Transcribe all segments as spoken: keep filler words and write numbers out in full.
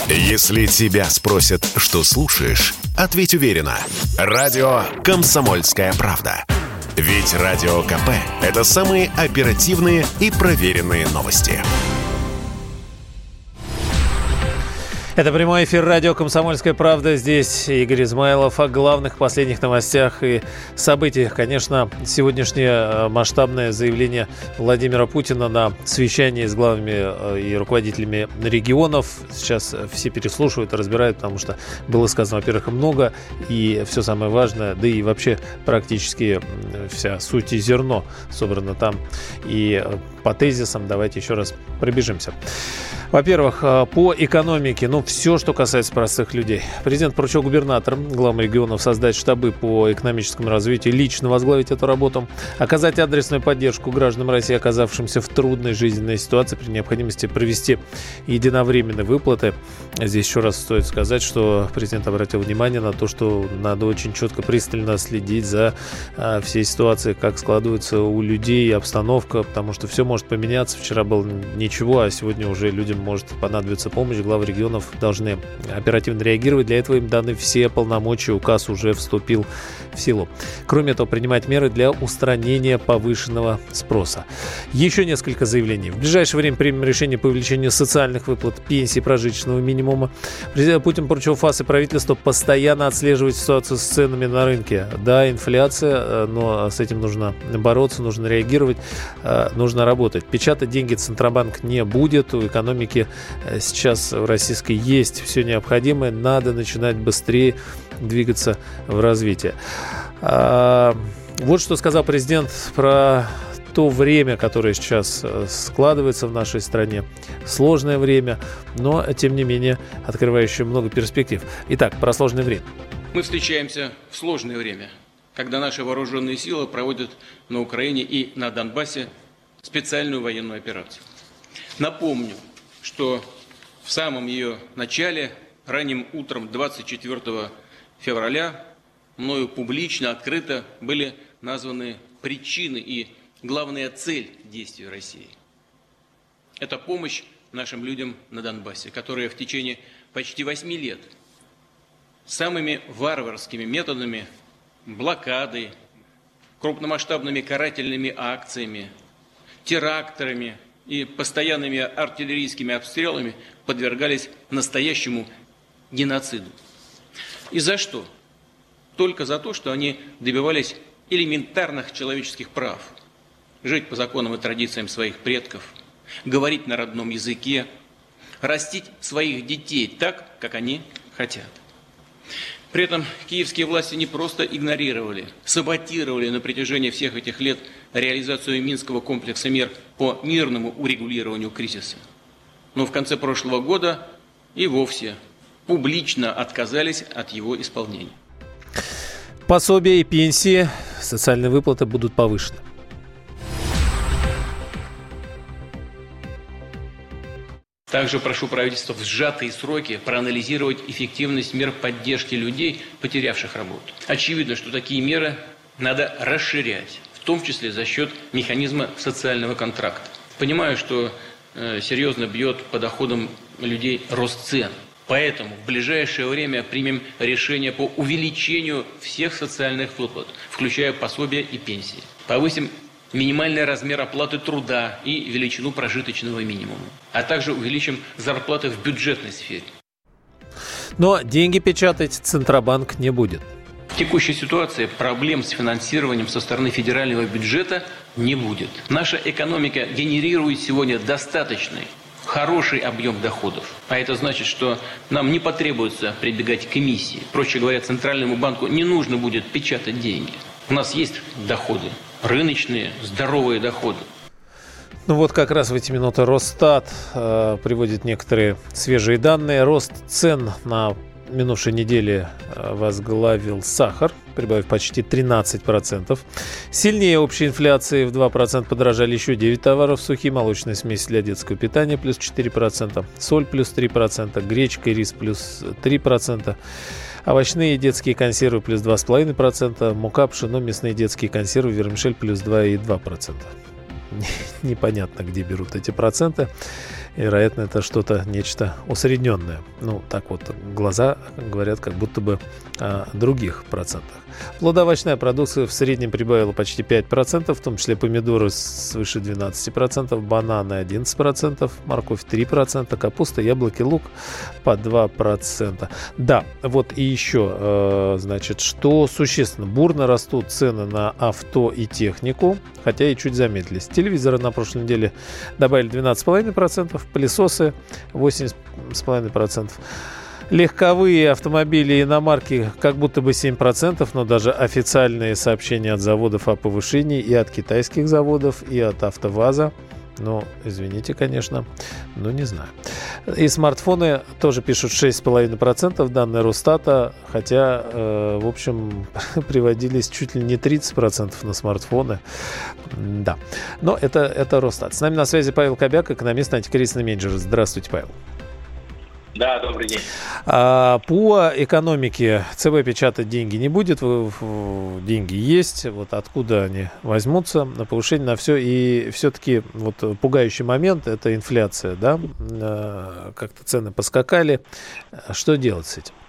Если тебя спросят, что слушаешь, ответь уверенно. Радио «Комсомольская правда». Ведь Радио КП – это самые оперативные и проверенные новости. Это прямой эфир радио «Комсомольская правда». Здесь Игорь Измайлов о главных последних новостях и событиях. Конечно, сегодняшнее масштабное заявление Владимира Путина на совещании с главами и руководителями регионов. Сейчас все переслушивают и разбирают, потому что было сказано, во-первых, много, и все самое важное, да и вообще практически вся суть и зерно собрано там. И по тезисам давайте еще раз пробежимся. Во-первых, по экономике, ну, все, что касается простых людей. Президент поручил губернаторам, главам регионов создать штабы по экономическому развитию, лично возглавить эту работу, оказать адресную поддержку гражданам России, оказавшимся в трудной жизненной ситуации, при необходимости провести единовременные выплаты. Здесь еще раз стоит сказать, что президент обратил внимание на то, что надо очень четко, пристально следить за а, всей ситуацией, как складывается у людей обстановка, потому что все может поменяться. Вчера было ничего, а сегодня уже людям может понадобиться помощь. Главы регионов должны оперативно реагировать. Для этого им даны все полномочия. Указ уже вступил в силу. Кроме этого, принимать меры для устранения повышенного спроса. Еще несколько заявлений. В ближайшее время примем решение по увеличению социальных выплат, пенсий, прожиточного минимума. Президент Путин поручил ФАС и правительству постоянно отслеживать ситуацию с ценами на рынке. Да, инфляция, но с этим нужно бороться, нужно реагировать, нужно работать. Печатать деньги Центробанк не будет. У экономики сейчас в российской есть все необходимое. Надо начинать быстрее двигаться в развитие. А, вот что сказал президент про то время, которое сейчас складывается в нашей стране. Сложное время, но, тем не менее, открывающее много перспектив. Итак, про сложное время. Мы встречаемся в сложное время, когда наши вооруженные силы проводят на Украине и на Донбассе специальную военную операцию. Напомню, что в самом ее начале, ранним утром двадцать четвёртого февраля, мною публично, открыто были названы причины и главная цель действий России. Это помощь нашим людям на Донбассе, которые в течение почти восьми лет самыми варварскими методами, блокадой, крупномасштабными карательными акциями, терактами и постоянными артиллерийскими обстрелами подвергались настоящему геноциду. И за что? Только за то, что они добивались элементарных человеческих прав. Жить по законам и традициям своих предков, говорить на родном языке, растить своих детей так, как они хотят. При этом киевские власти не просто игнорировали, саботировали на протяжении всех этих лет реализацию Минского комплекса мер по мирному урегулированию кризиса, но в конце прошлого года и вовсе публично отказались от его исполнения. Пособия и пенсии, социальные выплаты будут повышены. Также прошу правительство в сжатые сроки проанализировать эффективность мер поддержки людей, потерявших работу. Очевидно, что такие меры надо расширять, в том числе за счет механизма социального контракта. Понимаю, что э, серьезно бьет по доходам людей рост цен. Поэтому в ближайшее время примем решение по увеличению всех социальных выплат, включая пособия и пенсии. Повысим минимальный размер оплаты труда и величину прожиточного минимума, а также увеличим зарплаты в бюджетной сфере. Но деньги печатать Центробанк не будет. В текущей ситуации проблем с финансированием со стороны федерального бюджета не будет. Наша экономика генерирует сегодня достаточный, хороший объем доходов. А это значит, что нам не потребуется прибегать к эмиссии. Проще говоря, Центральному банку не нужно будет печатать деньги. У нас есть доходы. Рыночные, здоровые доходы. Ну вот как раз в эти минуты Росстат э, приводит некоторые свежие данные. Рост цен на минувшей неделе э, возглавил сахар, прибавив почти тринадцать процентов. Сильнее общей инфляции в два процента подорожали еще девять товаров. Сухие молочные смеси для детского питания плюс четыре процента. Соль плюс три процента. Гречка и рис плюс три процента. Овощные и детские консервы плюс два целых пять десятых процента, мука, пшено, мясные детские консервы, вермишель плюс два целых два десятых процента. непонятно, где берут эти проценты. Вероятно, это что-то, нечто усредненное. Ну, так вот, глаза говорят как будто бы о других процентах. Плодоовощная продукция в среднем прибавила почти пять процентов, в том числе помидоры свыше двенадцать процентов, бананы одиннадцать процентов, морковь три процента, капуста, яблоки, лук по два процента. Да, вот и еще, значит, что существенно. Бурно растут цены на авто и технику, хотя и чуть замедлились. Телевизоры на прошлой неделе добавили двенадцать целых пять десятых процента, пылесосы восемь целых пять десятых процента. Легковые автомобили и иномарки как будто бы семь процентов, но даже официальные сообщения от заводов о повышении и от китайских заводов, и от АвтоВАЗа. Ну, извините, конечно, но не знаю. И смартфоны тоже пишут шесть целых пять десятых процента, данные Росстата, хотя, э, в общем, приводились чуть ли не тридцать процентов на смартфоны. Да, но это, это Росстат. С нами на связи Павел Кобяк, экономист, антикризисный менеджер. Здравствуйте, Павел. Да, добрый день. А, по экономике ЦБ печатать деньги не будет, деньги есть, вот откуда они возьмутся на повышение, на все. И все-таки вот пугающий момент – это инфляция, да, как-то цены поскакали. Что делать с этим?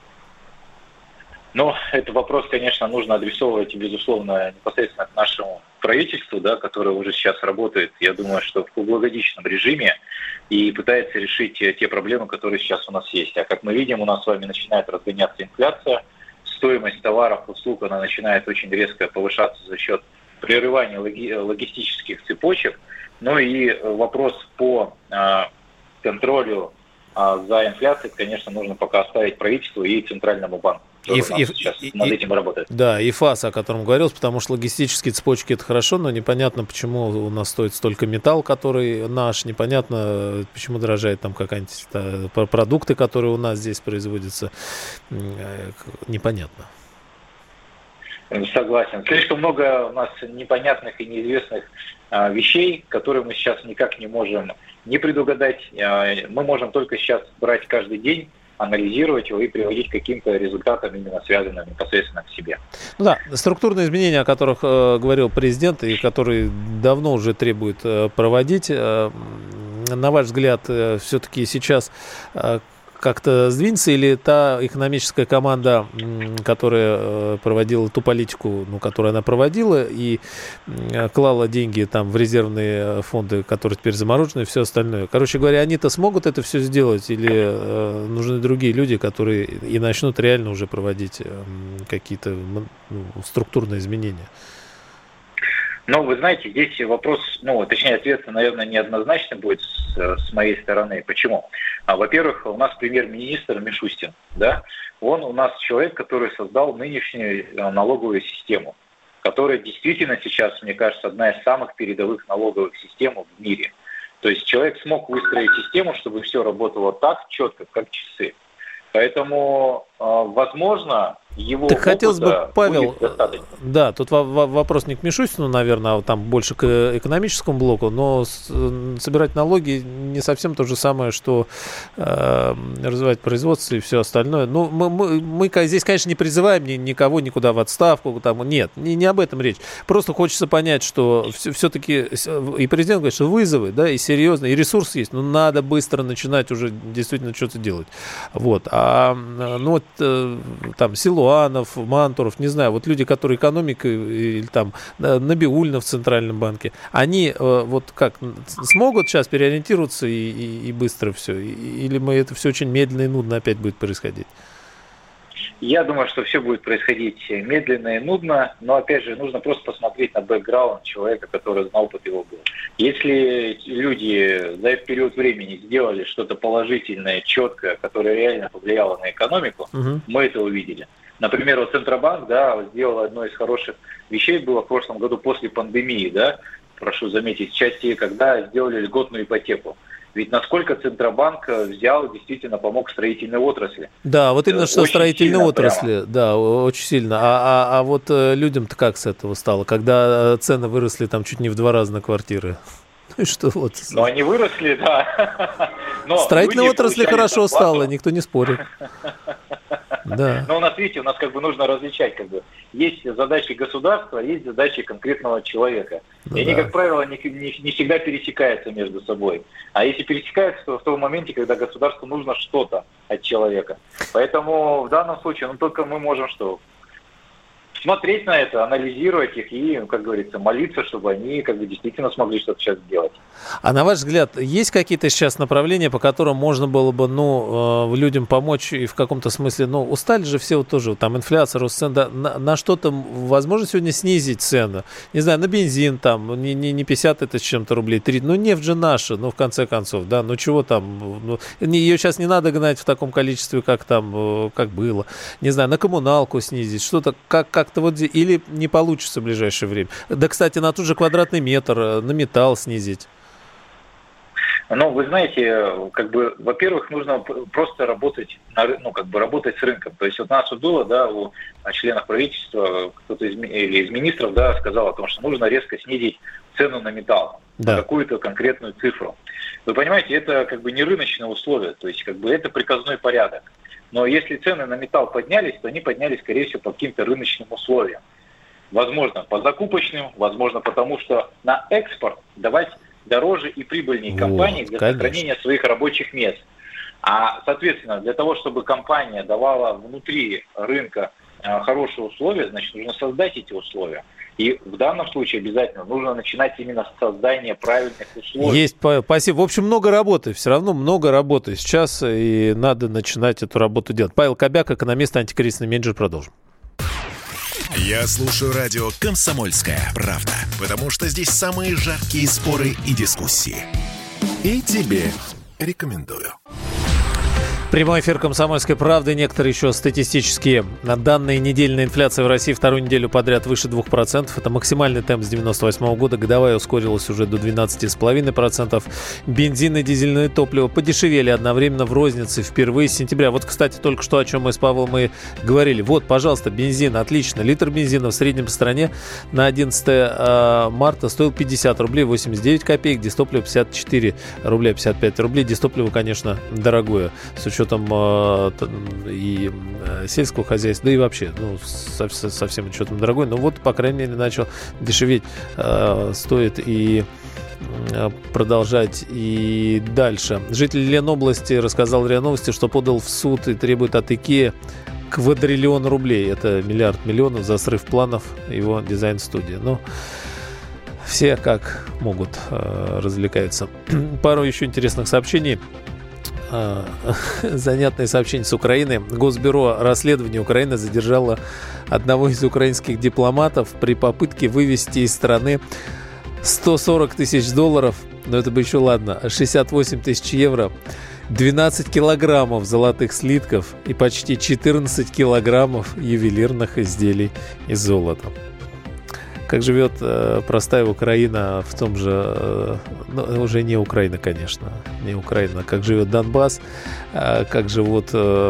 Ну, этот вопрос, конечно, нужно адресовывать, безусловно, непосредственно к нашему правительству, да, которое уже сейчас работает, я думаю, что в круглогодичном режиме и пытается решить те проблемы, которые сейчас у нас есть. А как мы видим, у нас с вами начинает разгоняться инфляция, стоимость товаров, услуг, она начинает очень резко повышаться за счет прерывания логи- логистических цепочек. Ну и вопрос по а, контролю а, за инфляцией, конечно, нужно пока оставить правительству и Центральному банку. И, и, сейчас и, над этим работает. Да, и ФАС, о котором говорилось, потому что логистические цепочки – это хорошо, но непонятно, почему у нас стоит столько металл, который наш, непонятно, почему дорожает там какая-нибудь да, продукты, которые у нас здесь производятся, непонятно. Согласен. Слишком много у нас непонятных и неизвестных а, вещей, которые мы сейчас никак не можем не предугадать. А, мы можем только сейчас брать каждый день, анализировать его и приводить к каким-то результатам, именно связанным непосредственно к себе. Ну да, структурные изменения, о которых э, говорил президент и которые давно уже требует э, проводить, э, на ваш взгляд, э, все-таки сейчас э, как-то сдвинется, или та экономическая команда, которая проводила ту политику, ну, которую она проводила, и клала деньги там в резервные фонды, которые теперь заморожены, и все остальное. Короче говоря, они-то смогут это все сделать, или э, нужны другие люди, которые и начнут реально уже проводить э, какие-то ну, структурные изменения? Ну, вы знаете, здесь вопрос, ну, точнее, ответ, наверное, неоднозначно будет с, с моей стороны. Почему? А, во-первых, у нас премьер-министр Мишустин, да, он у нас человек, который создал нынешнюю налоговую систему, которая действительно сейчас, мне кажется, одна из самых передовых налоговых систем в мире. То есть человек смог выстроить систему, чтобы все работало так четко, как часы. Поэтому, возможно, его так хотелось бы, Павел, да, тут вопрос не к Мишустину, наверное, а там больше к экономическому блоку, но собирать налоги не совсем то же самое, что э, развивать производство и все остальное. Ну, мы, мы, мы здесь, конечно, не призываем ни, никого никуда в отставку, там, нет, не, не об этом речь. Просто хочется понять, что все, все-таки и президент говорит, что вызовы, да, и серьезно, и ресурс есть, но надо быстро начинать уже действительно что-то делать. Вот. А ну вот э, там Силуанов, Мантуров, не знаю, вот люди, которые экономикой или там Набиуллина в Центральном банке, они э, вот как смогут сейчас переориентироваться и, и, и быстро все? Или мы это все очень медленно и нудно опять будет происходить? Я думаю, что все будет происходить медленно и нудно, но, опять же, нужно просто посмотреть на бэкграунд человека, который на опыт его был. Если люди за этот период времени сделали что-то положительное, четкое, которое реально повлияло на экономику, угу. мы это увидели. Например, вот Центробанк, да, сделал одно из хороших вещей, было в прошлом году после пандемии, да, прошу заметить, в части, когда сделали льготную ипотеку. Ведь насколько Центробанк взял, действительно помог строительной отрасли. Да, вот именно что строительной отрасли, прямо. Да, очень сильно. А, а, а вот людям-то как с этого стало, когда цены выросли там чуть не в два раза на квартиры? Ну и что вот? Ну они выросли, да. Но строительной отрасли хорошо стало, никто не спорит. Да. Но у нас, видите, у нас как бы нужно различать, как бы есть задачи государства, есть задачи конкретного человека. Ну, и они, да. как правило, не, не, не всегда пересекаются между собой. А если пересекаются, то в том моменте, когда государству нужно что-то от человека. Поэтому в данном случае, ну, только мы можем что? Смотреть на это, анализировать их и, как говорится, молиться, чтобы они как бы действительно смогли что-то сейчас сделать. А на ваш взгляд, есть какие-то сейчас направления, по которым можно было бы, ну, людям помочь и в каком-то смысле, ну, устали же все вот тоже, там, инфляция, рост цен, да, на, на что-то возможно сегодня снизить цену? Не знаю, на бензин там, не, не, не пятьдесят это с чем-то рублей, тридцать, ну, нефть же наша, ну, в конце концов, да, ну, чего там, ну, ее сейчас не надо гнать в таком количестве, как там, как было, не знаю, на коммуналку снизить, что-то, как, как-то вот, или не получится в ближайшее время. Да, кстати, на тот же квадратный метр, на металл снизить. Ну, вы знаете, как бы, во-первых, нужно просто работать, ну, как бы работать с рынком. То есть вот у нас вот было, да, у членов правительства, кто-то из, или из министров, да, сказал о том, что нужно резко снизить цену на металл, да. на какую-то конкретную цифру. Вы понимаете, это как бы не рыночные условия, то есть как бы это приказной порядок. Но если цены на металл поднялись, то они поднялись, скорее всего, по каким-то рыночным условиям. Возможно, по закупочным, возможно, потому что на экспорт давать дороже и прибыльнее компании для конечно. сохранения своих рабочих мест. А, соответственно, для того, чтобы компания давала внутри рынка э, хорошие условия, значит, нужно создать эти условия. И в данном случае обязательно нужно начинать именно с создания правильных условий. Есть, спасибо. В общем, много работы, все равно много работы сейчас, и надо начинать эту работу делать. Павел Кобяк, экономист, антикризисный менеджер, продолжим. Я слушаю радио «Комсомольская правда», потому что здесь самые жаркие споры и дискуссии. И тебе рекомендую. Прямой эфир «Комсомольской правды». Некоторые еще статистические данные. Недельная инфляция в России вторую неделю подряд выше двух процентов. Это максимальный темп с девяносто восьмого года. Годовая ускорилась уже до двенадцати целых пяти десятых процента. Бензин и дизельное топливо подешевели одновременно в рознице впервые с сентября. Вот, кстати, только что, о чем мы с Павлом и говорили. Вот, пожалуйста, бензин, отлично. Литр бензина в среднем по стране на одиннадцатое марта стоил пятьдесят рублей восемьдесят девять копеек. Дистопливо пятьдесят четыре рубля пятьдесят пять рублей. Дистопливо, конечно, дорогое. С учетом э, и э, сельского хозяйства, да и вообще, ну, со, со всем учетом дорогой. Но вот, по крайней мере, начал дешеветь. Э, стоит и э, продолжать и дальше. Житель Ленобласти рассказал РИА Новости, что подал в суд и требует от Икеа квадриллион рублей. Это миллиард миллионов за срыв планов его дизайн-студии. Но все как могут э, развлекаются. Пару еще интересных сообщений. Занятное сообщение с Украины. Госбюро расследования Украины задержало одного из украинских дипломатов при попытке вывести из страны сто сорок тысяч долларов, но это бы еще ладно, шестьдесят восемь тысяч евро, двенадцать килограммов золотых слитков и почти четырнадцать килограммов ювелирных изделий из золота. Как живет э, простая Украина в том же, э, ну, уже не Украина, конечно, не Украина, как живет Донбасс, э, как живут э,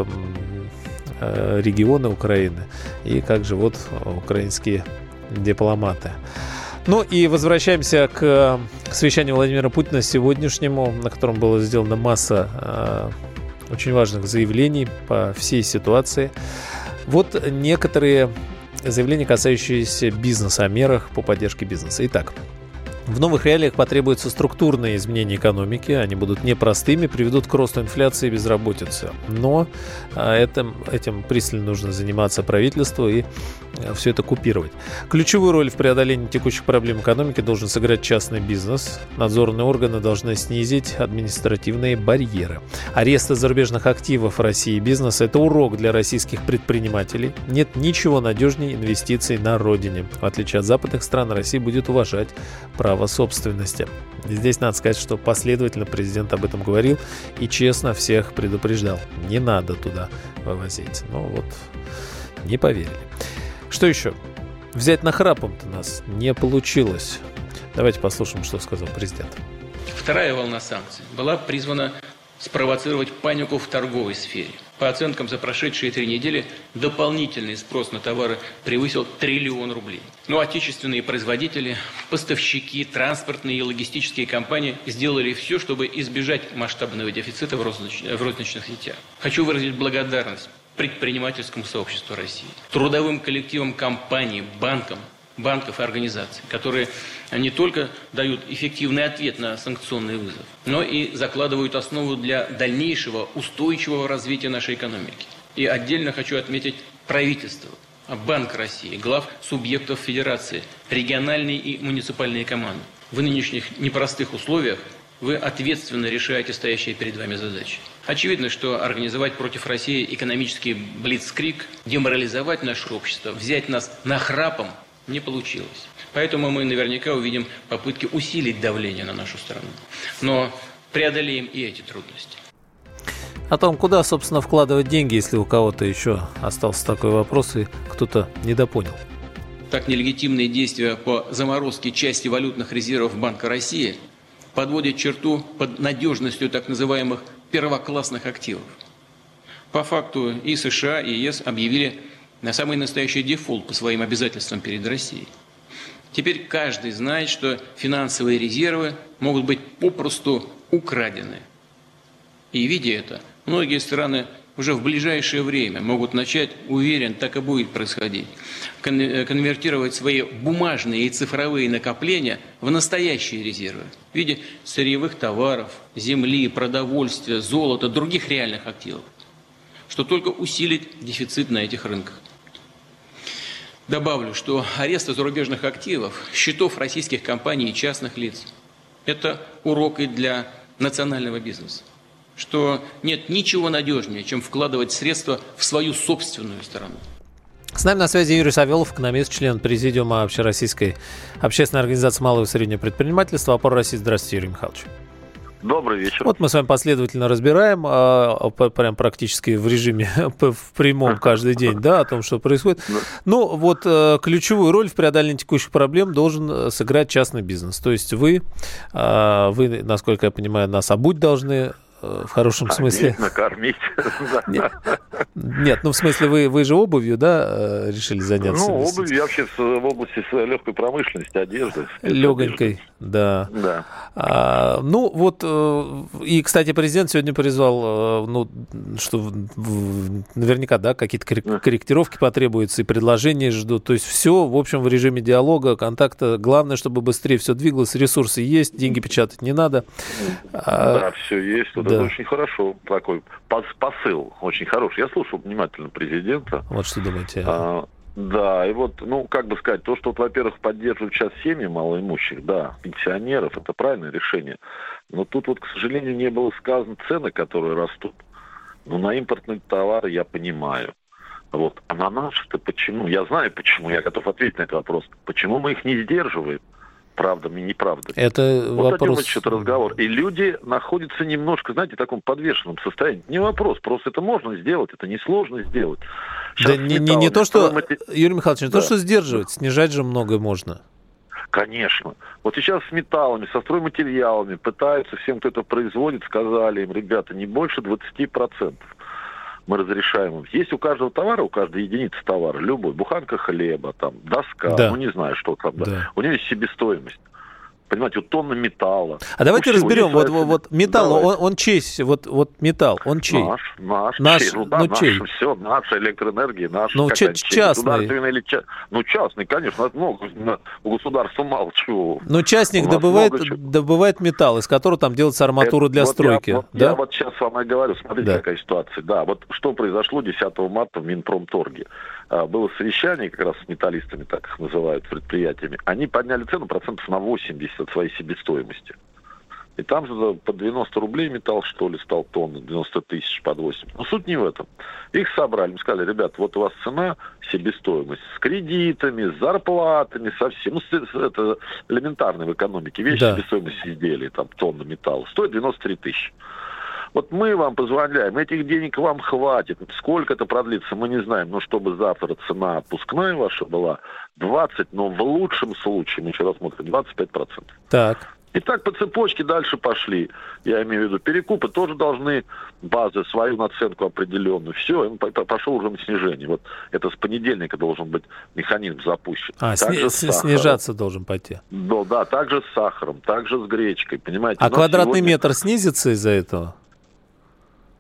э, регионы Украины и как живут украинские дипломаты. Ну и возвращаемся к, к совещанию Владимира Путина сегодняшнему, на котором была сделана масса э, очень важных заявлений по всей ситуации. Вот некоторые заявления, касающиеся бизнеса, о мерах по поддержке бизнеса. Итак, в новых реалиях потребуются структурные изменения экономики. Они будут непростыми, приведут к росту инфляции и безработицы. Но этим, этим пристально нужно заниматься правительству и все это купировать. Ключевую роль в преодолении текущих проблем экономики должен сыграть частный бизнес. Надзорные органы должны снизить административные барьеры. Аресты зарубежных активов России и бизнеса – это урок для российских предпринимателей. Нет ничего надежнее инвестиций на родине. В отличие от западных стран, Россия будет уважать право собственности. Здесь надо сказать, что последовательно президент об этом говорил и честно всех предупреждал. Не надо туда вывозить. Но вот не поверили. Что еще? Взять нахрапом-то нас не получилось. Давайте послушаем, что сказал президент. Вторая волна санкций была призвана спровоцировать панику в торговой сфере. По оценкам, за прошедшие три недели дополнительный спрос на товары превысил триллион рублей. Но отечественные производители, поставщики, транспортные и логистические компании сделали все, чтобы избежать масштабного дефицита в розничных сетях. Хочу выразить благодарность предпринимательскому сообществу России, трудовым коллективам компаний, банкам, банков и организаций, которые не только дают эффективный ответ на санкционный вызов, но и закладывают основу для дальнейшего устойчивого развития нашей экономики. И отдельно хочу отметить правительство, Банк России, глав субъектов Федерации, региональные и муниципальные команды. В нынешних непростых условиях вы ответственно решаете стоящие перед вами задачи. Очевидно, что организовать против России экономический блицкриг, деморализовать наше общество, взять нас нахрапом не получилось. Поэтому мы наверняка увидим попытки усилить давление на нашу страну. Но преодолеем и эти трудности. О том, куда, собственно, вкладывать деньги, если у кого-то еще остался такой вопрос и кто-то недопонял. Так, нелегитимные действия по заморозке части валютных резервов Банка России подводят черту под надежностью так называемых первоклассных активов. По факту и США, и ЕС объявили на самый настоящий дефолт по своим обязательствам перед Россией. Теперь каждый знает, что финансовые резервы могут быть попросту украдены. И, видя это, многие страны уже в ближайшее время могут начать, уверен, так и будет происходить, конвертировать свои бумажные и цифровые накопления в настоящие резервы в виде сырьевых товаров, земли, продовольствия, золота, других реальных активов, что только усилит дефицит на этих рынках. Добавлю, что аресты зарубежных активов, счетов российских компаний и частных лиц – это урок и для национального бизнеса, что нет ничего надежнее, чем вкладывать средства в свою собственную страну. С нами на связи Юрий Савелов, экономист, член президиума Общероссийской общественной организации малого и среднего предпринимательства «Опора России». Здравствуйте, Юрий Михайлович. Добрый вечер. Вот мы с вами последовательно разбираем, а, прям практически в режиме в прямом каждый день, да, о том, что происходит. Ну, вот ключевую роль в преодолении текущих проблем должен сыграть частный бизнес. То есть вы, вы, насколько я понимаю, нас обуть должны, в хорошем смысле. Накормить. Нет, нет, ну в смысле вы, вы же обувью, да, решили заняться? Ну, обувью я вообще в области легкой промышленности, одежды. Легонькой, да. Да. А, ну вот, и, кстати, президент сегодня призвал, ну, что наверняка, да, какие-то корректировки потребуются, и предложения ждут. То есть все, в общем, в режиме диалога, контакта. Главное, чтобы быстрее все двигалось, ресурсы есть, деньги печатать не надо. Да, все есть. Да. Это очень хорошо, такой посыл очень хороший. Я слушал внимательно президента. Вот что думаете? А, да, и вот, ну, как бы сказать, то, что, вот, во-первых, поддерживают сейчас семьи малоимущих, да, пенсионеров, это правильное решение. Но тут вот, к сожалению, не было сказано цены, которые растут. Но на импортные товары я понимаю. Вот. А на наши-то почему? Я знаю почему, я готов ответить на этот вопрос. Почему мы их не сдерживаем? Правдами, неправдами. Это вот вопрос... один вот разговор. И люди находятся немножко, знаете, в таком подвешенном состоянии. Не вопрос, просто это можно сделать, это несложно сделать. Да не, не, не то, что, Юрий Михайлович, не да. то, что сдерживать, снижать же многое можно. Конечно. Вот сейчас с металлами, со стройматериалами пытаются всем, кто это производит, сказали им, ребята, не больше двадцать процентов. Мы разрешаем им. Есть у каждого товара, у каждой единицы товара, любой, буханка хлеба, там, доска, да. ну не знаю, что там, да. Да. У нее есть себестоимость. Понимаете, вот тонна металла. А давайте разберем, вот, вот, вот металл, он, он чей? Вот, вот металл, он чей? Наш, наш. Наш, чей? Ну, да, ну наш, чей? Все, наша электроэнергия, наша. Ну, ч- частный. Или ча... Ну, частный, конечно, много, у государства мало чего. Но частник добывает, добывает металл, из которого там делается арматура Это, для вот стройки. Я, вот, да? я вот сейчас вам и говорю, смотрите, да. какая ситуация. Да, вот что произошло десятого марта в Минпромторге. Было совещание как раз с металлистами, так их называют, предприятиями. Они подняли цену процентов на восемьдесят от своей себестоимости. И там же по девяносто рублей металл, что ли, стал тонна, девяносто тысяч под восемь. Но суть не в этом. Их собрали, им сказали, ребят, вот у вас цена, себестоимость с кредитами, с зарплатами, со всем. Ну, это элементарно в экономике. Вещь да. себестоимость изделий, там, тонна металла, стоит девяносто три тысячи. Вот мы вам позволяем, этих денег вам хватит. Сколько это продлится, мы не знаем. Но чтобы завтра цена отпускная ваша была двадцать, но в лучшем случае, мы еще рассмотрим, двадцать пять процентов. Так. И так по цепочке дальше пошли. Я имею в виду, перекупы тоже должны базы, свою наценку определенную. Все, пошел уже на снижение. Вот это с понедельника должен быть механизм запущен. А, сни- снижаться должен пойти. Да, да, также с сахаром, также с гречкой, понимаете. А квадратный сегодня... метр снизится из-за этого?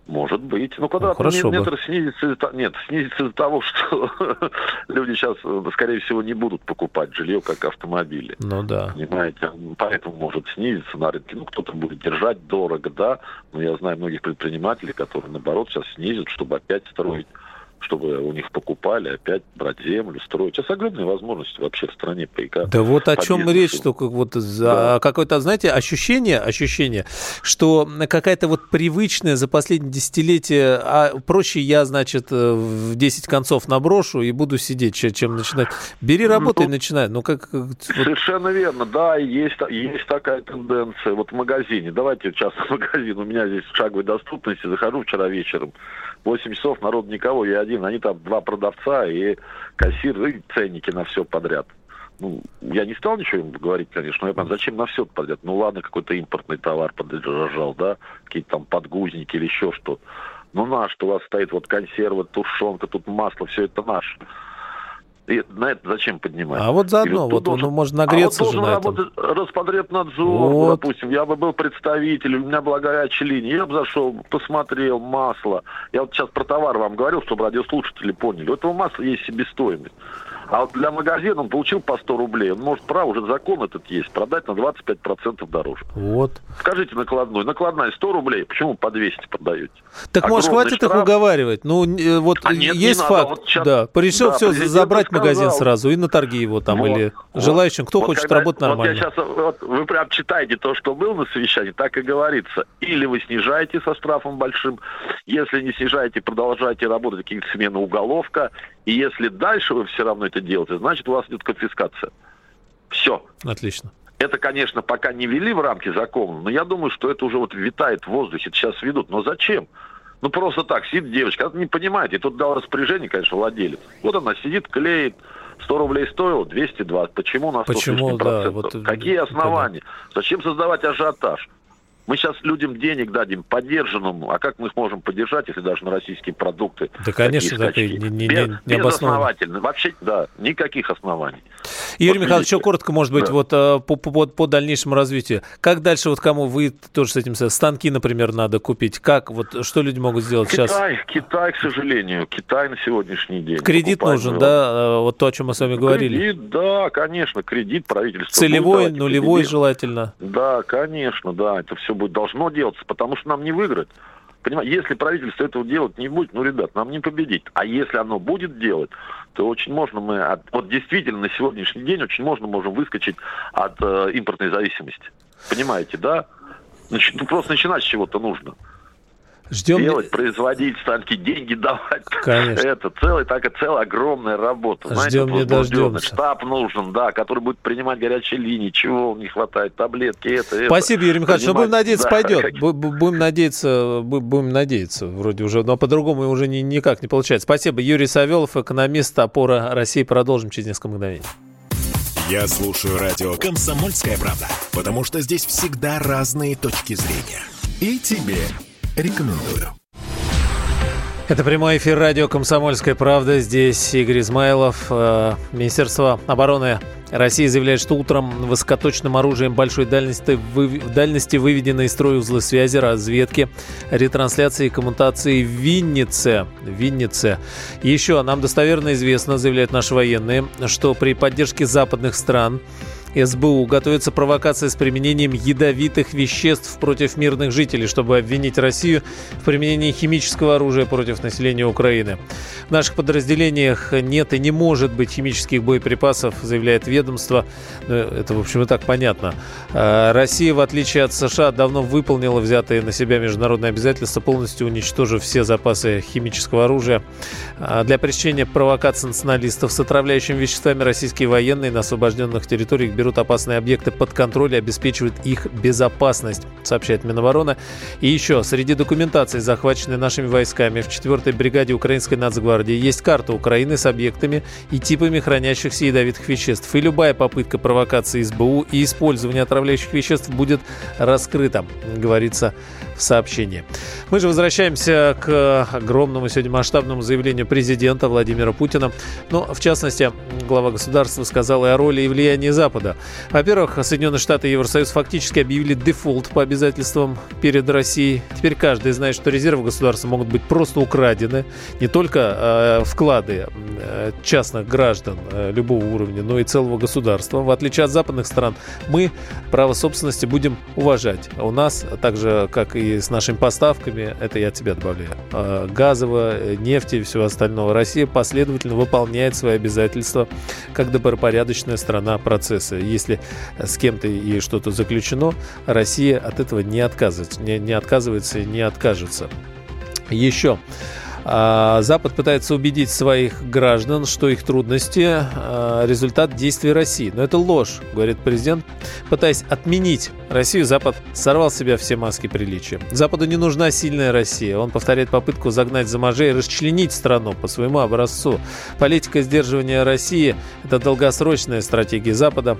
Может быть. Ну, квадратный ну, метр бы. снизится, нет, снизится из-за того, что люди сейчас, скорее всего, не будут покупать жилье как автомобили. Ну да. Понимаете? Поэтому может снизиться на рынке. Ну, кто-то будет держать дорого, да. Но я знаю многих предпринимателей, которые, наоборот, сейчас снизят, чтобы опять строить, чтобы у них покупали, опять брать землю, строить. Сейчас огромные возможности вообще в стране по ИК. Да вот о чем речь, только вот да. какое-то, знаете, ощущение, ощущение, что какая-то вот привычная за последние десятилетия, а проще я, значит, в десять концов наброшу и буду сидеть, чем начинать. Бери работу ну, и начинай. Ну, как, совершенно вот... верно, да, есть, есть такая тенденция. Вот в магазине, давайте сейчас в магазин, у меня здесь в шаговой доступности, захожу вчера вечером, восемь часов, народ никого, я один, они там два продавца и кассир, и ценники на все подряд. Ну, я не стал ничего им говорить, конечно, но я понимаю, зачем на все подряд? Ну, ладно, какой-то импортный товар подорожал, да, какие-то там подгузники или еще что-то. Ну, наш, что у вас стоит вот консервы, тушенка, тут масло, все это наше. И на это зачем поднимать? А вот заодно, вот, вот должен, ну, можно нагреться а вот же на этом. Роспотребнадзор, вот. Допустим, я бы был представитель, у меня была горячая линия, я бы зашел, посмотрел масло. Я вот сейчас про товар вам говорил, чтобы радиослушатели поняли. У этого масла есть себестоимость. А вот для магазина он получил по сто рублей. Он может, право, уже закон этот есть, продать на двадцать пять процентов дороже. Вот. Скажите накладной. Накладная сто рублей, почему по двести продаете? Так, огромный может, хватит штраф. Их уговаривать? Ну, вот а нет, есть факт. Вот сейчас, да, решил да, все забрать сказал. Магазин сразу и на торги его там, вот, или вот. Желающим, кто вот хочет когда, работать нормально. Вот я сейчас, вот, вы прям читаете то, что было на совещании, так и говорится. Или вы снижаете со штрафом большим, если не снижаете, продолжаете работать, какие-то смены уголовка, и если дальше вы все равно это делаете, значит, у вас идет конфискация. Все. Отлично. Это, конечно, пока не ввели в рамки закона, но я думаю, что это уже вот витает в воздухе, это сейчас ведут. Но зачем? Ну, просто так, сидит девочка, она не понимает, и тут дал распоряжение, конечно, владелец. Вот она сидит, клеит, сто рублей стоило, двести двадцать. Почему на сто Почему, да, вот, какие основания? Понятно. Зачем создавать ажиотаж? Мы сейчас людям денег дадим поддержанному, а как мы их можем поддержать, если даже на российские продукты? Да, конечно, так и не, не, без, не, не безосновательно. Вообще, да, никаких оснований. Юрий вот Михайлович, еще коротко, может быть, да. вот по, по, по дальнейшему развитию. Как дальше, вот кому вы тоже с этим, станки, например, надо купить? Как, вот, что люди могут сделать Китай, сейчас? Китай, к сожалению, Китай на сегодняшний день. Кредит нужен, его. Да, вот то, о чем мы с вами говорили? Кредит, да, конечно, кредит правительство. Целевой, нулевой кредит. Желательно. Да, конечно, да, это все будет должно делаться, потому что нам не выиграть. Понимаете, если правительство этого делать не будет, ну, ребят, нам не победить. А если оно будет делать, то очень можно мы... От, вот действительно на сегодняшний день очень можно можем выскочить от э, импортной зависимости. Понимаете, да? Значит, ну, просто начинать с чего-то нужно. Ждем... Делать, производить станки, деньги давать. Конечно. Это целая, такая целая огромная работа. Ждем, не дождемся. Штаб нужен, да, который будет принимать горячие линии, чего не хватает, таблетки, это, это. Спасибо, Юрий Михайлович. Ну, будем надеяться, да, пойдет. Как... Будем надеяться, будем надеяться, вроде уже, но по-другому уже ни, никак не получается. Спасибо. Юрий Савелов, экономист, «Опора России». Продолжим через несколько мгновений. Я слушаю радио «Комсомольская правда», потому что здесь всегда разные точки зрения. И тебе рекомендую. Это прямой эфир радио «Комсомольская правда». Здесь Игорь Измайлов. Министерство обороны России заявляет, что утром высокоточным оружием большой дальности, вы, дальности выведены из строя узлы связи, разведки, ретрансляции и коммутации в Виннице. В Виннице. Еще нам достоверно известно, заявляют наши военные, что при поддержке западных стран СБУ готовится провокация с применением ядовитых веществ против мирных жителей, чтобы обвинить Россию в применении химического оружия против населения Украины. В наших подразделениях нет и не может быть химических боеприпасов, заявляет ведомство. Это, в общем, и так понятно. Россия, в отличие от США, давно выполнила взятые на себя международные обязательства, полностью уничтожив все запасы химического оружия. Для пресечения провокаций националистов с отравляющими веществами российские военные на освобожденных территориях берут опасные объекты под контроль и обеспечивают их безопасность, сообщает Минобороны. И еще, среди документации, захваченной нашими войсками в четвёртой бригаде Украинской нацгвардии, есть карта Украины с объектами и типами хранящихся ядовитых веществ. И любая попытка провокации СБУ и использования отравляющих веществ будет раскрыта, говорится в сообщении. Мы же возвращаемся к огромному сегодня масштабному заявлению президента Владимира Путина. Но, в частности, глава государства сказал и о роли и влиянии Запада. Во-первых, Соединенные Штаты и Евросоюз фактически объявили дефолт по обязательствам перед Россией. Теперь каждый знает, что резервы государства могут быть просто украдены. Не только э, вклады э, частных граждан э, любого уровня, но и целого государства. В отличие от западных стран, мы право собственности будем уважать. У нас, так же, как и с нашими поставками, это я от тебя добавляю, э, газового, нефти и всего остального, Россия последовательно выполняет свои обязательства как добропорядочная страна процесса. Если с кем-то и что-то заключено, Россия от этого не отказывается, не, не отказывается и не откажется. Еще. Запад пытается убедить своих граждан, что их трудности – результат действий России. Но это ложь, говорит президент. Пытаясь отменить Россию, Запад сорвал с себя все маски приличия. Западу не нужна сильная Россия. Он повторяет попытку загнать за моржей и расчленить страну по своему образцу. Политика сдерживания России – это долгосрочная стратегия Запада.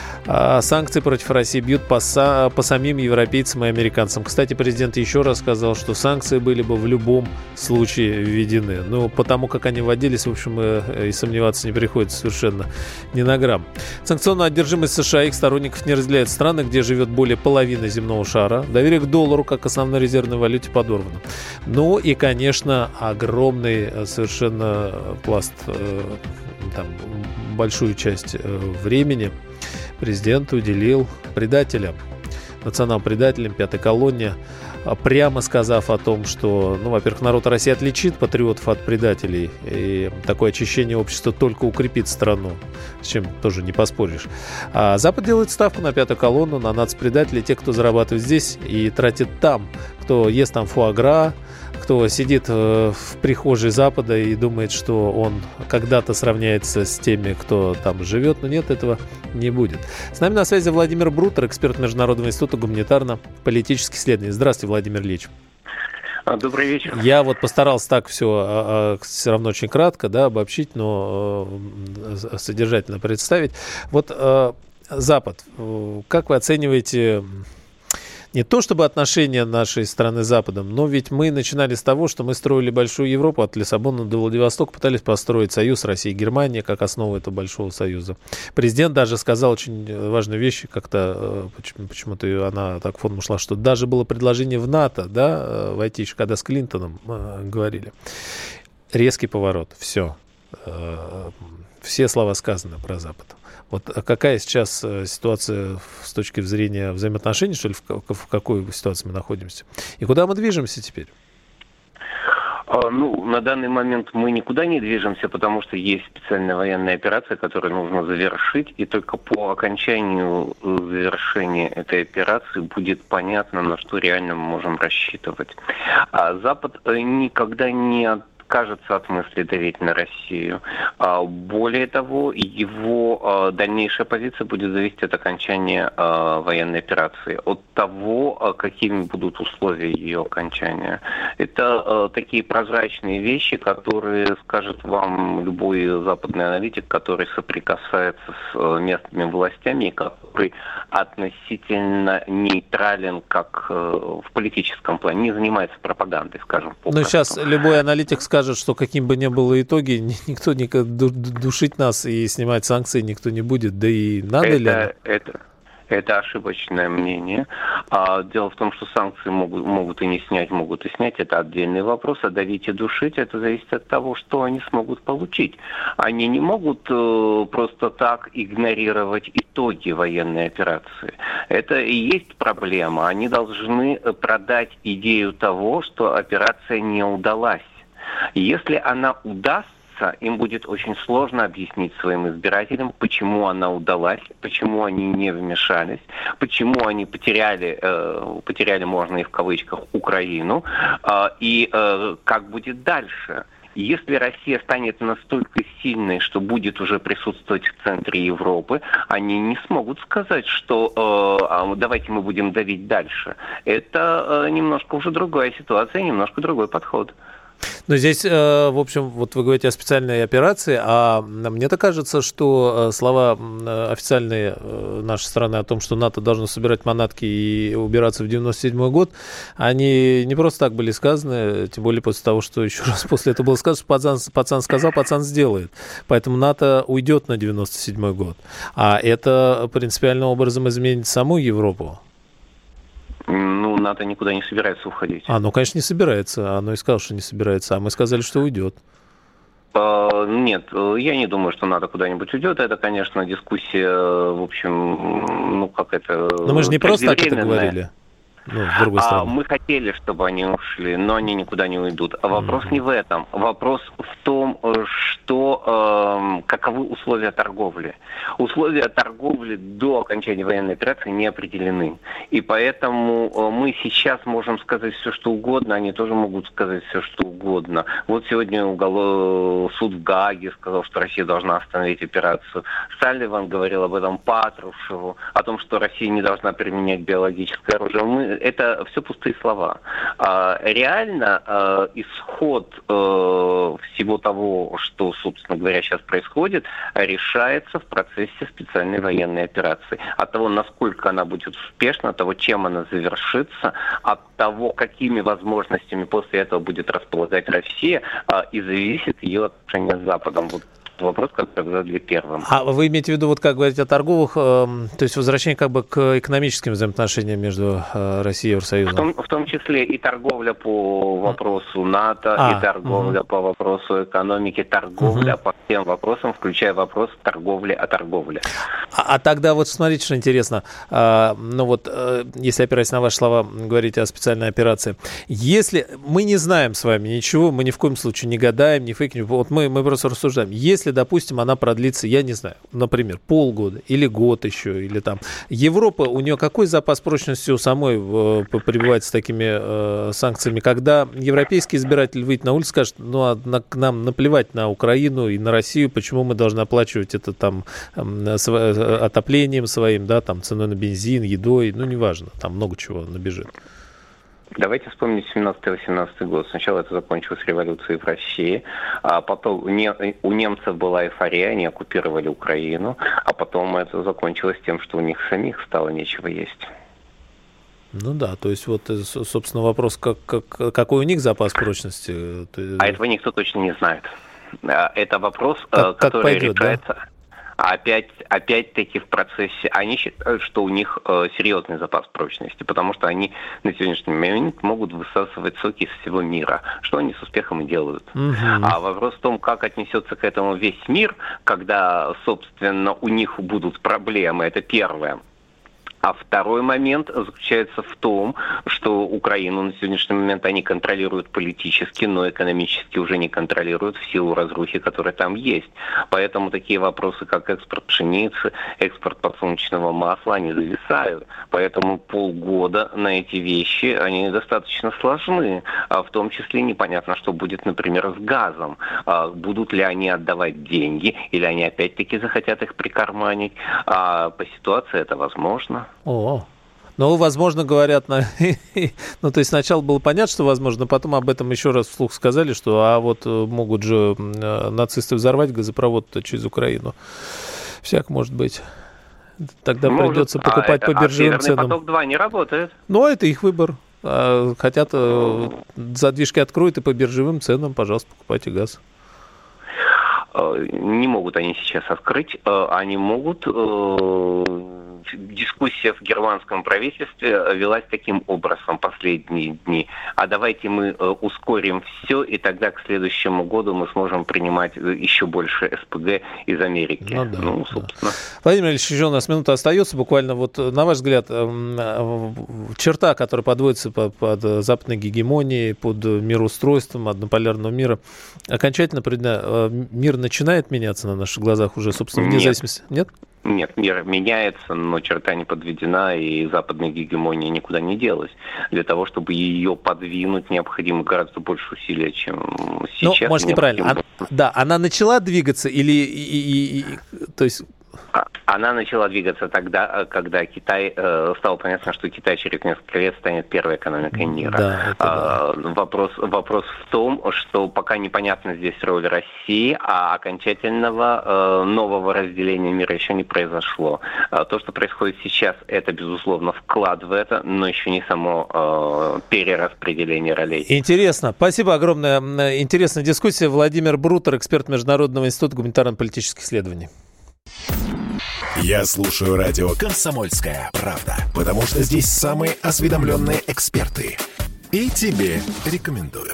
А санкции против России бьют по, са- по самим европейцам и американцам. Кстати, президент еще раз сказал, что санкции были бы в любом случае введены. Но потому как они вводились, в общем, и, и сомневаться не приходится совершенно ни на грамм. Санкционная одержимость США и их сторонников не разделяет страны, где живет более половины земного шара. Доверие к доллару, как основной резервной валюте, подорвано. Ну и, конечно, огромный совершенно пласт, там, большую часть времени президент уделил предателям, национал-предателям, пятой колонне, прямо сказав о том, что, ну, во-первых, народ России отличит патриотов от предателей, и такое очищение общества только укрепит страну, с чем тоже не поспоришь. А Запад делает ставку на пятую колонну, на нацпредателей, тех, кто зарабатывает здесь и тратит там, кто ест там фуагра, кто сидит в прихожей Запада и думает, что он когда-то сравняется с теми, кто там живет, но нет, этого не будет. С нами на связи Владимир Брутер, эксперт Международного института гуманитарно-политических исследований. Здравствуйте, Владимир Ильич. Добрый вечер. Я вот постарался так все, все равно очень кратко, да, обобщить, но содержательно представить. Вот Запад, как вы оцениваете... Не то чтобы отношения нашей страны с Западом, но ведь мы начинали с того, что мы строили большую Европу от Лиссабона до Владивостока, пытались построить союз России и Германии как основу этого большого союза. Президент даже сказал очень важную вещь, как-то почему-то она так фоном ушла, что даже было предложение в НАТО, да, войти, еще когда с Клинтоном говорили. Резкий поворот, все. Все слова сказаны про Запад. Вот какая сейчас ситуация с точки зрения взаимоотношений, что ли, в, в какой ситуации мы находимся? И куда мы движемся теперь? Ну, на данный момент мы никуда не движемся, потому что есть специальная военная операция, которую нужно завершить, и только по окончанию завершения этой операции будет понятно, на что реально мы можем рассчитывать. А Запад никогда не откажется от мысли давить на Россию. Более того, его дальнейшая позиция будет зависеть от окончания военной операции, от того, какими будут условия ее окончания. Это такие прозрачные вещи, которые скажет вам любой западный аналитик, который соприкасается с местными властями и который относительно нейтрален как в политическом плане, не занимается пропагандой, скажем. Ну, сейчас любой аналитик скажет, что каким бы ни было итоги, никто не душить нас и снимать санкции никто не будет. Да и надо это, ли? Это, это ошибочное мнение. А, дело в том, что санкции могут, могут и не снять, могут и снять. Это отдельный вопрос. А давить и душить, это зависит от того, что они смогут получить. Они не могут э, просто так игнорировать итоги военной операции. Это и есть проблема. Они должны продать идею того, что операция не удалась. Если она удастся, им будет очень сложно объяснить своим избирателям, почему она удалась, почему они не вмешались, почему они потеряли, э, потеряли, можно и в кавычках, Украину, э, и э, как будет дальше. Если Россия станет настолько сильной, что будет уже присутствовать в центре Европы, они не смогут сказать, что э, давайте мы будем давить дальше. Это э, немножко уже другая ситуация, немножко другой подход. Но здесь, в общем, вот вы говорите о специальной операции, а мне-то кажется, что слова официальные нашей страны о том, что НАТО должно собирать манатки и убираться в девяносто седьмой год, они не просто так были сказаны, тем более после того, что еще раз после этого было сказано, что пацан, пацан сказал, пацан сделает. Поэтому НАТО уйдет на девяносто седьмой год. А это принципиальным образом изменит саму Европу. Ну, НАТО никуда не собирается уходить. А, ну, конечно, не собирается. Оно и сказало, что не собирается. А мы сказали, что уйдет. Uh, нет, я не думаю, что НАТО куда-нибудь уйдет. Это, конечно, дискуссия, в общем, ну, как это... Но мы же не просто так это говорили. Ну, с другой стороны. А, мы хотели, чтобы они ушли, но они никуда не уйдут. А вопрос mm-hmm. не в этом. Вопрос в том, что э, каковы условия торговли. Условия торговли до окончания военной операции не определены. И поэтому мы сейчас можем сказать все, что угодно, они тоже могут сказать все, что угодно. Вот сегодня уголов... суд в Гааге сказал, что Россия должна остановить операцию. Салливан говорил об этом Патрушеву, о том, что Россия не должна применять биологическое оружие. Мы Это все пустые слова. Реально исход всего того, что, собственно говоря, сейчас происходит, решается в процессе специальной военной операции. От того, насколько она будет успешна, от того, чем она завершится, от того, какими возможностями после этого будет располагать Россия, и зависит ее отношение с Западом. Вот вопрос, который задали первым. А вы имеете в виду, вот как говорить о торговых, э, то есть возвращение как бы к экономическим взаимоотношениям между э, Россией и Евросоюзом? В том, в том числе и торговля по вопросу НАТО, а, и торговля угу. по вопросу экономики, торговля угу. по всем вопросам, включая вопрос торговли о торговле. А, а тогда вот смотрите, что интересно. А, ну вот, а, если опираясь на ваши слова, говорить о специальной операции. Если мы не знаем с вами ничего, мы ни в коем случае не гадаем, не фейкнем, вот мы, мы просто рассуждаем. Если, допустим, она продлится, я не знаю, например, полгода или год еще, или там. Европа, у нее какой запас прочности у самой э, пребывает с такими э, санкциями, когда европейский избиратель выйдет на улицу, скажет, ну, а на, нам наплевать на Украину и на Россию, почему мы должны оплачивать это там э, св- отоплением своим, да, там, ценой на бензин, едой, ну, неважно, там много чего набежит. Давайте вспомнить семнадцатый-восемнадцатый год. Сначала это закончилось революцией в России, а потом не, у немцев была эйфория, они оккупировали Украину, а потом это закончилось тем, что у них самих стало нечего есть. Ну да, то есть вот, собственно, вопрос, как, как, какой у них запас прочности? А этого никто точно не знает. Это вопрос, как, который как пойдет, решается... Да? Опять, опять-таки в процессе они считают, что у них э, серьезный запас прочности, потому что они на сегодняшний момент могут высасывать соки из всего мира, что они с успехом и делают. Угу. А вопрос в том, как отнесется к этому весь мир, когда, собственно, у них будут проблемы, это первое. А второй момент заключается в том, что Украину на сегодняшний момент они контролируют политически, но экономически уже не контролируют в силу разрухи, которая там есть. Поэтому такие вопросы, как экспорт пшеницы, экспорт подсолнечного масла, они зависают. Поэтому полгода на эти вещи, они достаточно сложны. А в том числе непонятно, что будет, например, с газом. А будут ли они отдавать деньги, или они опять-таки захотят их прикарманить. А по ситуации это возможно. О, ну, возможно, говорят, на... ну, то есть сначала было понятно, что возможно, потом об этом еще раз вслух сказали, что а вот могут же нацисты взорвать газопровод через Украину. Всяк может быть. Тогда может, придется покупать а, по биржевым а ценам. Северный поток-два не работает. Ну, это их выбор. Хотят, задвижки откроют и по биржевым ценам, пожалуйста, покупайте газ. Не могут они сейчас открыть, они могут... Дискуссия в германском правительстве велась таким образом последние дни. А давайте мы ускорим все, и тогда к следующему году мы сможем принимать еще больше СПГ из Америки. Ну, да, ну, собственно. Да. Владимир Ильич, еще у нас минута остается. Буквально вот, на ваш взгляд, черта, которая подводится под, под западной гегемонией, под мироустройством однополярного мира, окончательно мир начинает меняться на наших глазах уже, собственно, вне зависимости? Нет? Нет, мир меняется, но черта не подведена, и западная гегемония никуда не делась. Для того, чтобы ее подвинуть, необходимо гораздо больше усилий, чем сейчас. Ну, может, неправильно. Она, да, она начала двигаться или... И, и, и, то есть... Она начала двигаться тогда, когда Китай, э, стало понятно, что Китай через несколько лет станет первой экономикой мира. Да, а, да. Вопрос, вопрос в том, что пока непонятна здесь роль России, а окончательного э, нового разделения мира еще не произошло. А то, что происходит сейчас, это, безусловно, вклад в это, но еще не само э, перераспределение ролей. Интересно. Спасибо огромное. Интересная дискуссия. Владимир Брутер, эксперт Международного института гуманитарно-политических исследований. Я слушаю радио «Комсомольская правда», потому что здесь самые осведомленные эксперты. И тебе рекомендую.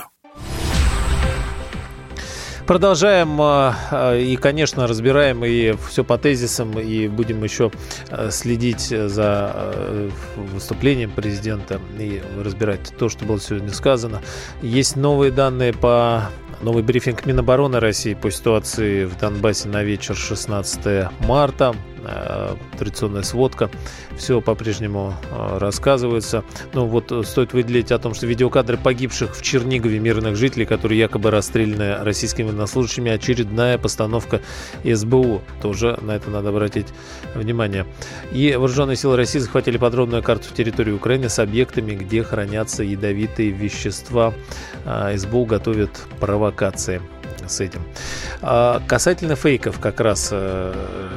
Продолжаем и, конечно, разбираем и все по тезисам, и будем еще следить за выступлением президента и разбирать то, что было сегодня сказано. Есть новые данные по... Новый брифинг Минобороны России по ситуации в Донбассе на вечер шестнадцатого марта. Традиционная сводка. Все по-прежнему рассказывается. Ну вот стоит выделить о том, что видеокадры погибших в Чернигове мирных жителей, которые якобы расстреляны российскими военнослужащими, очередная постановка эс бэ у. Тоже на это надо обратить внимание. И вооруженные силы России захватили подробную карту территории Украины с объектами, где хранятся ядовитые вещества. эс бэ у готовит провокации с этим. А касательно фейков, как раз то,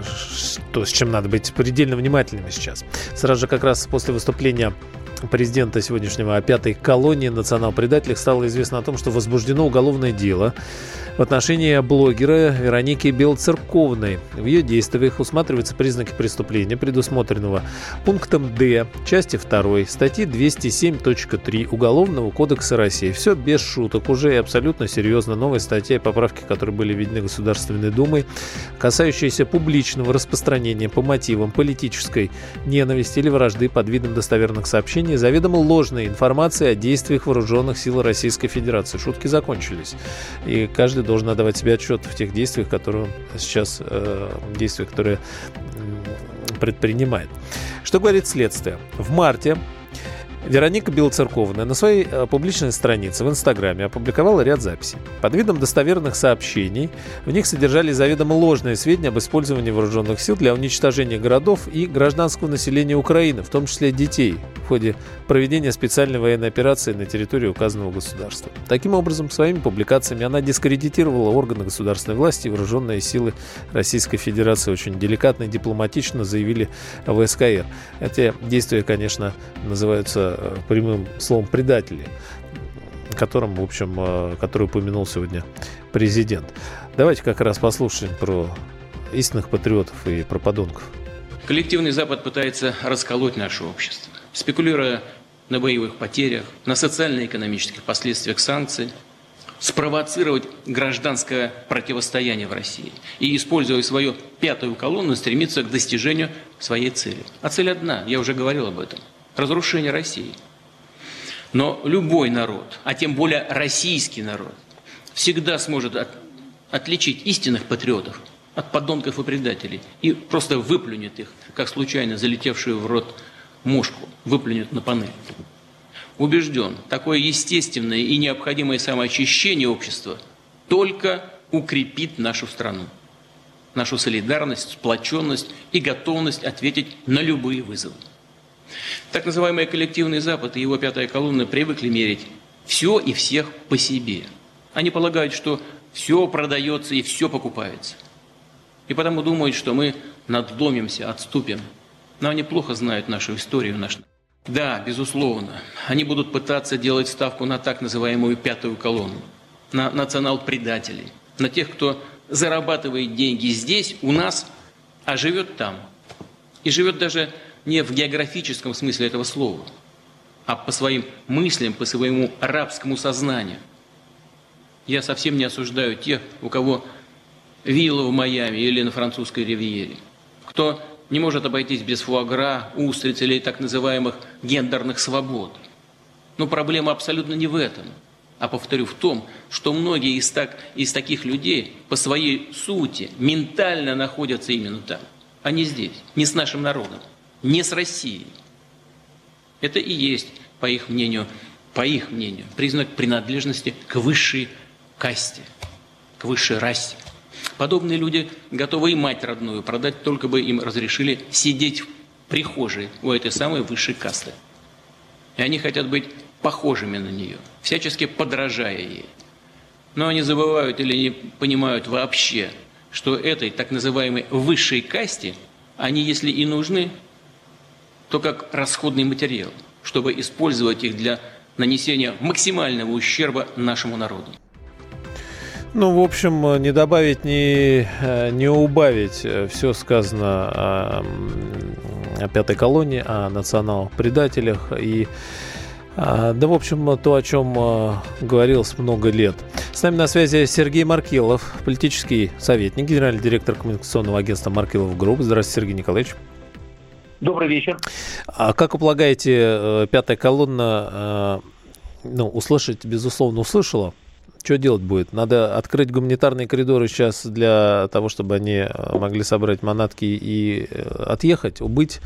с чем надо быть предельно внимательными сейчас. Сразу же как раз после выступления президента сегодняшнего о пятой колонии национал-предателей стало известно о том, что возбуждено уголовное дело в отношении блогера Вероники Белоцерковной. В ее действиях усматриваются признаки преступления, предусмотренного пунктом Д части второй статьи двести семь точка три Уголовного кодекса России. Все без шуток, уже и абсолютно серьезно. Новая статья и поправки, которые были введены Государственной Думой, касающиеся публичного распространения по мотивам политической ненависти или вражды под видом достоверных сообщений, заведомо ложной информации о действиях вооруженных сил Российской Федерации. Шутки закончились. И каждый должен отдавать себе отчет в тех действиях, которые он сейчас, э, действиях, которые предпринимает. Что говорит следствие? В марте Вероника Белоцерковная на своей э, публичной странице в Инстаграме опубликовала ряд записей. Под видом достоверных сообщений в них содержались заведомо ложные сведения об использовании вооруженных сил для уничтожения городов и гражданского населения Украины, в том числе детей, в ходе проведения специальной военной операции на территории указанного государства. Таким образом, своими публикациями она дискредитировала органы государственной власти и вооруженные силы Российской Федерации. Очень деликатно и дипломатично заявили в эс ка эр. Эти действия, конечно, называются прямым словом предатели, которым, в общем, который упомянул сегодня президент. Давайте как раз послушаем про истинных патриотов и про подонков. Коллективный Запад пытается расколоть наше общество, спекулируя на боевых потерях, на социально-экономических последствиях санкций, спровоцировать гражданское противостояние в России и, используя свою пятую колонну, стремиться к достижению своей цели. А цель одна, я уже говорил об этом. Разрушение России. Но любой народ, а тем более российский народ, всегда сможет от, отличить истинных патриотов от подонков и предателей и просто выплюнет их, как случайно залетевшую в рот мушку, выплюнет на панель. Убежден, такое естественное и необходимое самоочищение общества только укрепит нашу страну, нашу солидарность, сплоченность и готовность ответить на любые вызовы. Так называемый коллективный Запад и его пятая колонна привыкли мерить все и всех по себе. Они полагают, что все продается и все покупается. И потому думают, что мы надломимся, отступим. Но они плохо знают нашу историю. Наш... Да, безусловно, они будут пытаться делать ставку на так называемую пятую колонну, на национал-предателей, на тех, кто зарабатывает деньги здесь, у нас, а живет там. И живет даже не в географическом смысле этого слова, а по своим мыслям, по своему рабскому сознанию. Я совсем не осуждаю тех, у кого вилла в Майами или на французской ривьере, кто не может обойтись без фуагра, устриц или так называемых гендерных свобод. Но проблема абсолютно не в этом, а, повторю, в том, что многие из, так, из таких людей по своей сути ментально находятся именно там, а не здесь, не с нашим народом. Не с Россией. Это и есть, по их мнению, по их мнению, признак принадлежности к высшей касте, к высшей расе. Подобные люди готовы и мать родную продать, только бы им разрешили сидеть в прихожей у этой самой высшей касты. И они хотят быть похожими на нее, всячески подражая ей. Но они забывают или не понимают вообще, что этой так называемой высшей касте они, если и нужны, то как расходный материал, чтобы использовать их для нанесения максимального ущерба нашему народу. Ну, в общем, не добавить, не, не убавить. Все сказано о, о пятой колонне, о национал-предателях и, да, в общем, то, о чем говорилось много лет. С нами на связи Сергей Маркелов, политический советник, генеральный директор коммуникационного агентства «Маркелов Групп». Здравствуйте, Сергей Николаевич. Добрый вечер. А как вы полагаете, пятая колонна, ну, услышать, безусловно, услышала? Что делать будет? Надо открыть гуманитарные коридоры сейчас для того, чтобы они могли собрать манатки и отъехать, убыть?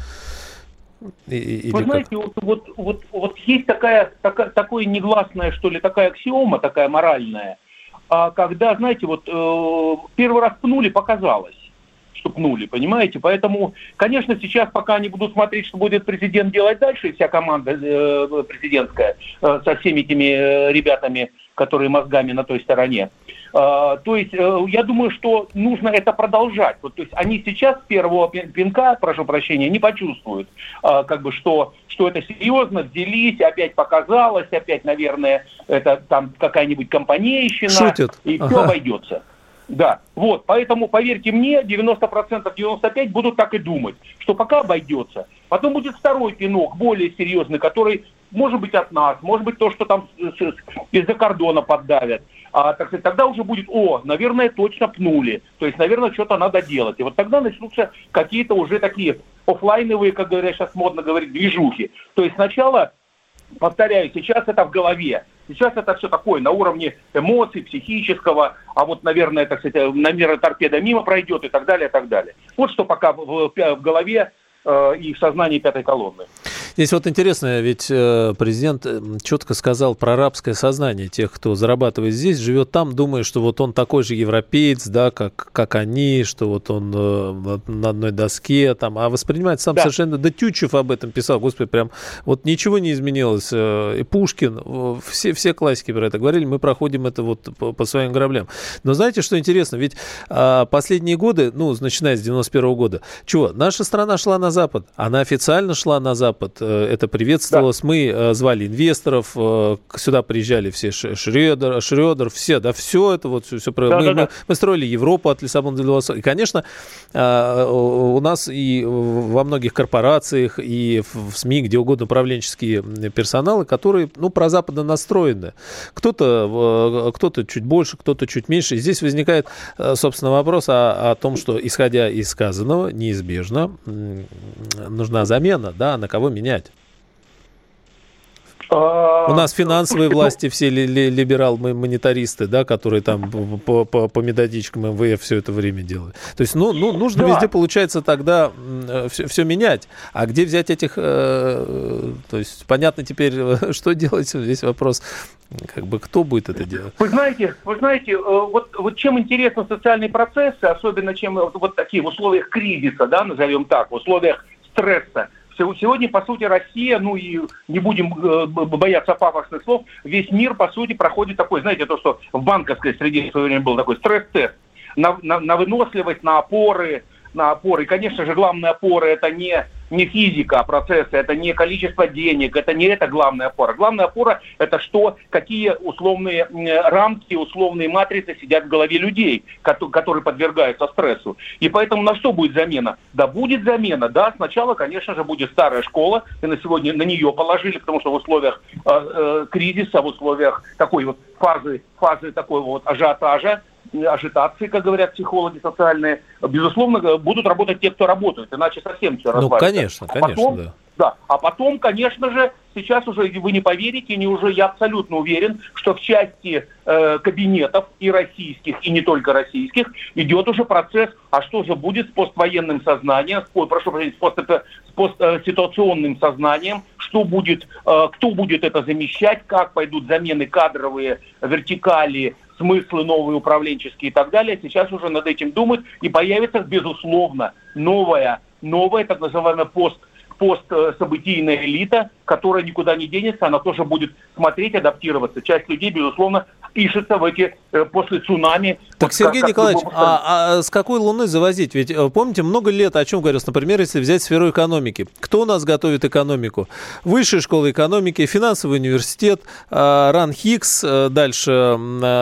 И, Вы знаете, вот, вот, вот, вот есть такая, такая, такое негласное, что ли, такая аксиома, такая моральная, а когда, знаете, вот э, первый раз пнули, показалось, что пнули, понимаете? Поэтому, конечно, сейчас, пока они будут смотреть, что будет президент делать дальше, и вся команда э, президентская э, со всеми этими э, ребятами, которые мозгами на той стороне. Uh, то есть, uh, я думаю, что нужно это продолжать. Вот, то есть, они сейчас первого пинка, прошу прощения, не почувствуют, uh, как бы, что, что это серьезно, взялись, опять показалось, опять, наверное, это там какая-нибудь компанейщина. Шутят. И ага. все обойдется. Да, вот, поэтому, поверьте мне, девяносто процентов, девяносто пять процентов будут так и думать, что пока обойдется. Потом будет второй пинок, более серьезный, который, может быть, от нас, может быть, то, что там из-за кордона поддавят. А, так сказать, тогда уже будет, о, наверное, точно пнули. То есть, наверное, что-то надо делать. И вот тогда начнутся какие-то уже такие офлайновые, как говорят, сейчас модно говорить, движухи. То есть сначала, повторяю, сейчас это в голове. Сейчас это все такое на уровне эмоций, психического, а вот, наверное, так сказать, наверное, торпеда мимо пройдет и так далее, и так далее. Вот что пока в, в голове э, и в сознании пятой колонны. Здесь вот интересно, ведь президент четко сказал про рабское сознание тех, кто зарабатывает здесь, живет там, думая, что вот он такой же европеец, да, как, как они, что вот он э, на одной доске, там, а воспринимает сам да. совершенно... Да Тютчев об этом писал, господи, прям вот ничего не изменилось. И Пушкин, все, все классики про это говорили, мы проходим это вот по, по своим граблям. Но знаете, что интересно? Ведь а, последние годы, ну, начиная с девяносто первого года, чего? Наша страна шла на Запад, она официально шла на Запад, это приветствовалось. Да. Мы э, звали инвесторов, э, сюда приезжали все Шрёдер, Шрёдер, все, да, все это вот, все, все да, мы, да, да. Мы, мы строили Европу от Лиссабона до Владивостока. И, конечно, э, у нас и во многих корпорациях, и в, в СМИ, где угодно управленческие персоналы, которые, ну, прозападно настроены. Кто-то, э, кто-то чуть больше, кто-то чуть меньше. И здесь возникает, э, собственно, вопрос о, о том, что, исходя из сказанного, неизбежно э, нужна замена, да, на кого менять. У нас финансовые власти все ли, ли, либерал-монетаристы, да, которые там по, по, по методичкам эм вэ эф все это время делают. То есть, ну, ну нужно да. везде, получается, тогда все, все менять. А где взять этих... Э, то есть, понятно теперь, что делать. Здесь вопрос, как бы, кто будет это делать. Вы знаете, вы знаете, вот, вот чем интересны социальные процессы, особенно чем вот такие в условиях кризиса, да, назовем так, в условиях стресса. Сегодня, по сути, Россия, ну и не будем бояться пафосных слов, весь мир, по сути, проходит такой, знаете, то, что в банковской среде в свое время был такой стресс-тест на, на, на выносливость, на опоры, на опоры. И, конечно же, главная опора – это не, не физика, а процессы, это не количество денег, это не это главная опора. Главная опора – это что, какие условные рамки, условные матрицы сидят в голове людей, которые подвергаются стрессу. И поэтому на что будет замена? Да будет замена, да, сначала, конечно же, будет старая школа, и на сегодня на нее положили, потому что в условиях э, э, кризиса, в условиях такой вот фазы, фазы такой вот ажиотажа, ажитации, как говорят психологи социальные, безусловно, будут работать те, кто работает, иначе совсем все развалится. Ну, конечно, конечно, а потом, да. Да, а потом, конечно же, сейчас уже вы не поверите, не уже я абсолютно уверен, что в части э, кабинетов и российских, и не только российских, идет уже процесс, а что же будет с поствоенным сознанием, с, прошу прощения, с, пост, с постситуационным сознанием, что будет, э, кто будет это замещать, как пойдут замены кадровые, вертикали, смыслы новые управленческие и так далее. Сейчас уже над этим думают, и появится, безусловно, новая, новая так называемая пост постсобытийная элита, которая никуда не денется, она тоже будет смотреть, адаптироваться. Часть людей, безусловно, впишется в эти э, после цунами. Так, вот, Сергей как, Николаевич, как а, а с какой Луны завозить? Ведь, помните, много лет о чем говорилось, например, если взять сферу экономики. Кто у нас готовит экономику? Высшая школа экономики, финансовый университет, РАН ХИКС, дальше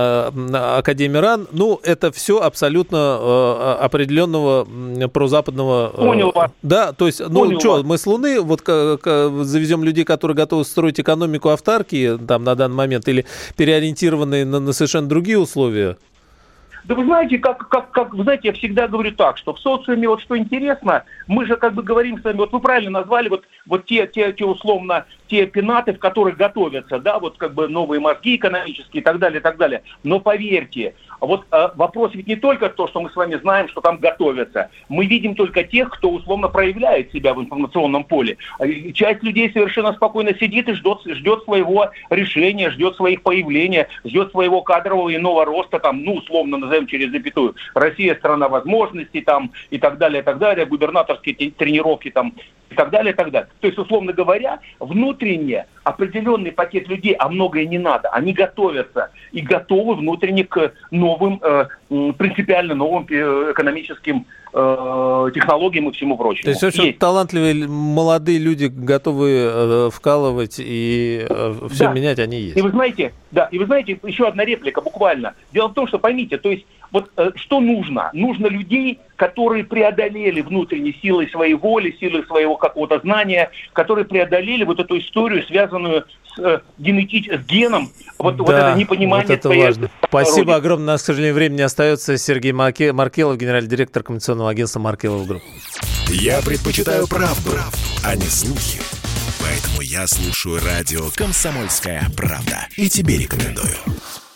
Академия РАН. Ну, это все абсолютно определенного прозападного... Понял вас. Да, то есть, ну, что, мы с Луны вот завезем людей, которые готовы строить экономику автаркии там на данный момент, или переориентированные на, на совершенно другие условия? Да вы знаете, как, как, как, вы знаете, я всегда говорю так, что в социуме, вот что интересно, мы же как бы говорим с вами, вот вы правильно назвали, вот, вот те, те, те условно, те пенаты, в которых готовятся, да, вот как бы новые мозги экономические и так далее, и так далее. Но поверьте, вот э, вопрос ведь не только то, что мы с вами знаем, что там готовятся. Мы видим только тех, кто условно проявляет себя в информационном поле. Часть людей совершенно спокойно сидит и ждет, ждет своего решения, ждет своих появления, ждет своего кадрового иного роста, там, ну, условно назовем через запятую. Россия страна возможностей, там, и так далее, и так далее, губернаторские тренировки, там, и так далее, и так далее. То есть, условно говоря, внутренне определенный пакет людей, а многое не надо, они готовятся и готовы внутренне к новым, э, принципиально новым э, экономическим э, технологиям и всему прочему. То есть, очень есть талантливые молодые люди, готовые э, вкалывать и э, все да. менять, они есть. И вы знаете, да, и вы знаете, еще одна реплика буквально. Дело в том, что поймите, то есть, вот э, что нужно? Нужно людей, которые преодолели внутренние силы своей воли, силы своего какого-то знания, которые преодолели вот эту историю, связанную с, э, генетич... с геном, вот, да, вот это непонимание вот это своей... важно. Спасибо огромное. У нас, к сожалению, времени не остается. Сергей Маркелов, генеральный директор коммуникационного агентства «Маркелов Групп». Я предпочитаю правду, а не слухи. Поэтому я слушаю радио «Комсомольская правда». И тебе рекомендую.